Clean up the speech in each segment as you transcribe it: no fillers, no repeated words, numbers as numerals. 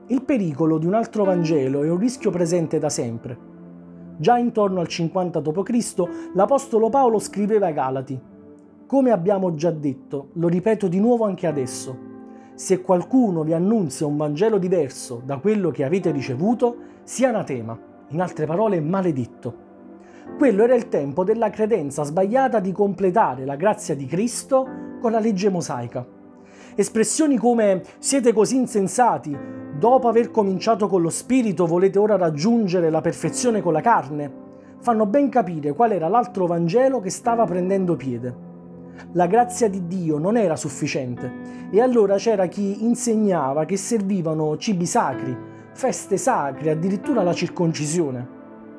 Il pericolo di un altro Vangelo è un rischio presente da sempre. Già intorno al 50 d.C. l'Apostolo Paolo scriveva ai Galati: «Come abbiamo già detto, lo ripeto di nuovo anche adesso, se qualcuno vi annunzia un Vangelo diverso da quello che avete ricevuto, sia anatema, in altre parole maledetto». Quello era il tempo della credenza sbagliata di completare la grazia di Cristo con la legge mosaica. Espressioni come «siete così insensati, dopo aver cominciato con lo spirito volete ora raggiungere la perfezione con la carne», fanno ben capire qual era l'altro Vangelo che stava prendendo piede. La grazia di Dio non era sufficiente e allora c'era chi insegnava che servivano cibi sacri, feste sacre, addirittura la circoncisione.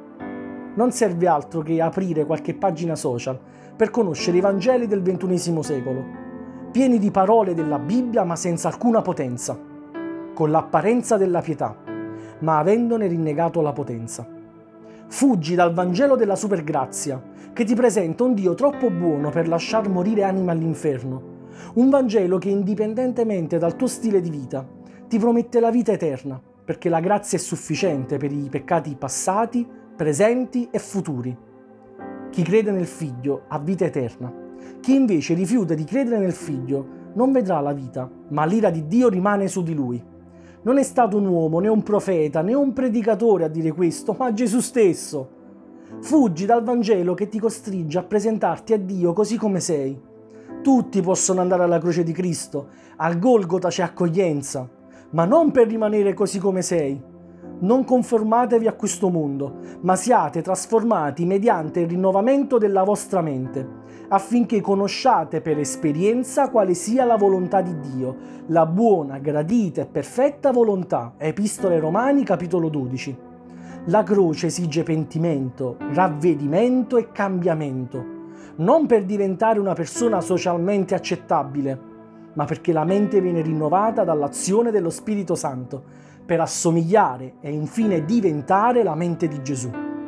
Non serve altro che aprire qualche pagina social per conoscere i Vangeli del XXI secolo, pieni di parole della Bibbia ma senza alcuna potenza, con l'apparenza della pietà, ma avendone rinnegato la potenza. Fuggi dal Vangelo della supergrazia, che ti presenta un Dio troppo buono per lasciar morire anime all'inferno, un Vangelo che indipendentemente dal tuo stile di vita ti promette la vita eterna, perché la grazia è sufficiente per i peccati passati, presenti e futuri. Chi crede nel Figlio ha vita eterna. Chi invece rifiuta di credere nel Figlio non vedrà la vita, ma l'ira di Dio rimane su di lui. Non è stato un uomo, né un profeta, né un predicatore a dire questo, ma Gesù stesso. Fuggi dal Vangelo che ti costringe a presentarti a Dio così come sei. Tutti possono andare alla croce di Cristo, al Golgota c'è accoglienza, ma non per rimanere così come sei. Non conformatevi a questo mondo, ma siate trasformati mediante il rinnovamento della vostra mente, affinché conosciate per esperienza quale sia la volontà di Dio, la buona, gradita e perfetta volontà. Epistola ai Romani, capitolo 12. La croce esige pentimento, ravvedimento e cambiamento, non per diventare una persona socialmente accettabile, ma perché la mente viene rinnovata dall'azione dello Spirito Santo, per assomigliare e infine diventare la mente di Gesù.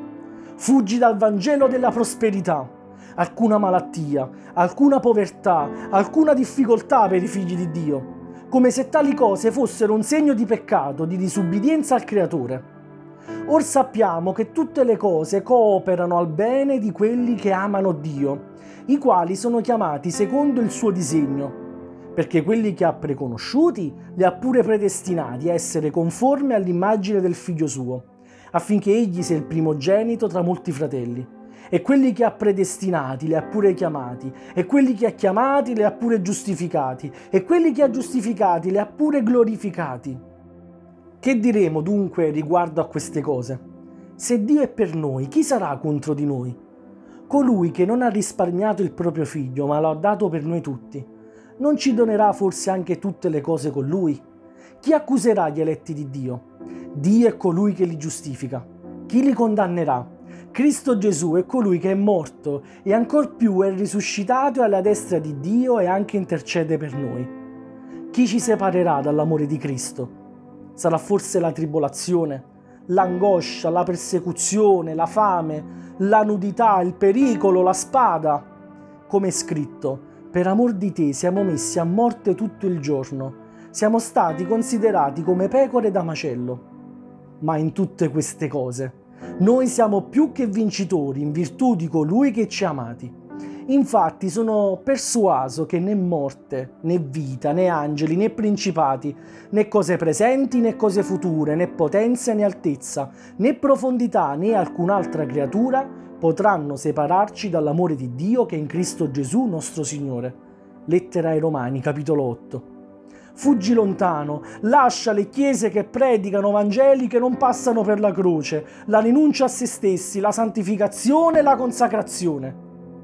Fuggi dal Vangelo della prosperità. Alcuna malattia, alcuna povertà, alcuna difficoltà per i figli di Dio, come se tali cose fossero un segno di peccato, di disubbidienza al Creatore. Or sappiamo che tutte le cose cooperano al bene di quelli che amano Dio, i quali sono chiamati secondo il suo disegno, perché quelli che ha preconosciuti li ha pure predestinati a essere conformi all'immagine del Figlio suo, affinché egli sia il primogenito tra molti fratelli. E quelli che ha predestinati li ha pure chiamati, e quelli che ha chiamati li ha pure giustificati, e quelli che ha giustificati li ha pure glorificati. Che diremo dunque riguardo a queste cose? Se Dio è per noi, chi sarà contro di noi? Colui che non ha risparmiato il proprio Figlio, ma lo ha dato per noi tutti, non ci donerà forse anche tutte le cose con Lui? Chi accuserà gli eletti di Dio? Dio è colui che li giustifica. Chi li condannerà? Cristo Gesù è colui che è morto e ancor più è risuscitato e alla destra di Dio e anche intercede per noi. Chi ci separerà dall'amore di Cristo? Sarà forse la tribolazione, l'angoscia, la persecuzione, la fame, la nudità, il pericolo, la spada? Come è scritto: per amor di te siamo messi a morte tutto il giorno, siamo stati considerati come pecore da macello. Ma in tutte queste cose noi siamo più che vincitori in virtù di colui che ci ha amati. Infatti sono persuaso che né morte, né vita, né angeli, né principati, né cose presenti, né cose future, né potenza, né altezza, né profondità, né alcun'altra creatura potranno separarci dall'amore di Dio che è in Cristo Gesù nostro Signore. Lettera ai Romani, capitolo 8. Fuggi lontano, lascia le chiese che predicano Vangeli che non passano per la croce, la rinuncia a se stessi, la santificazione e la consacrazione.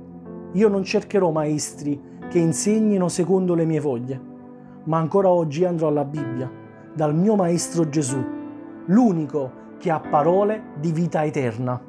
Io non cercherò maestri che insegnino secondo le mie voglie, ma ancora oggi andrò alla Bibbia, dal mio Maestro Gesù, l'unico che ha parole di vita eterna.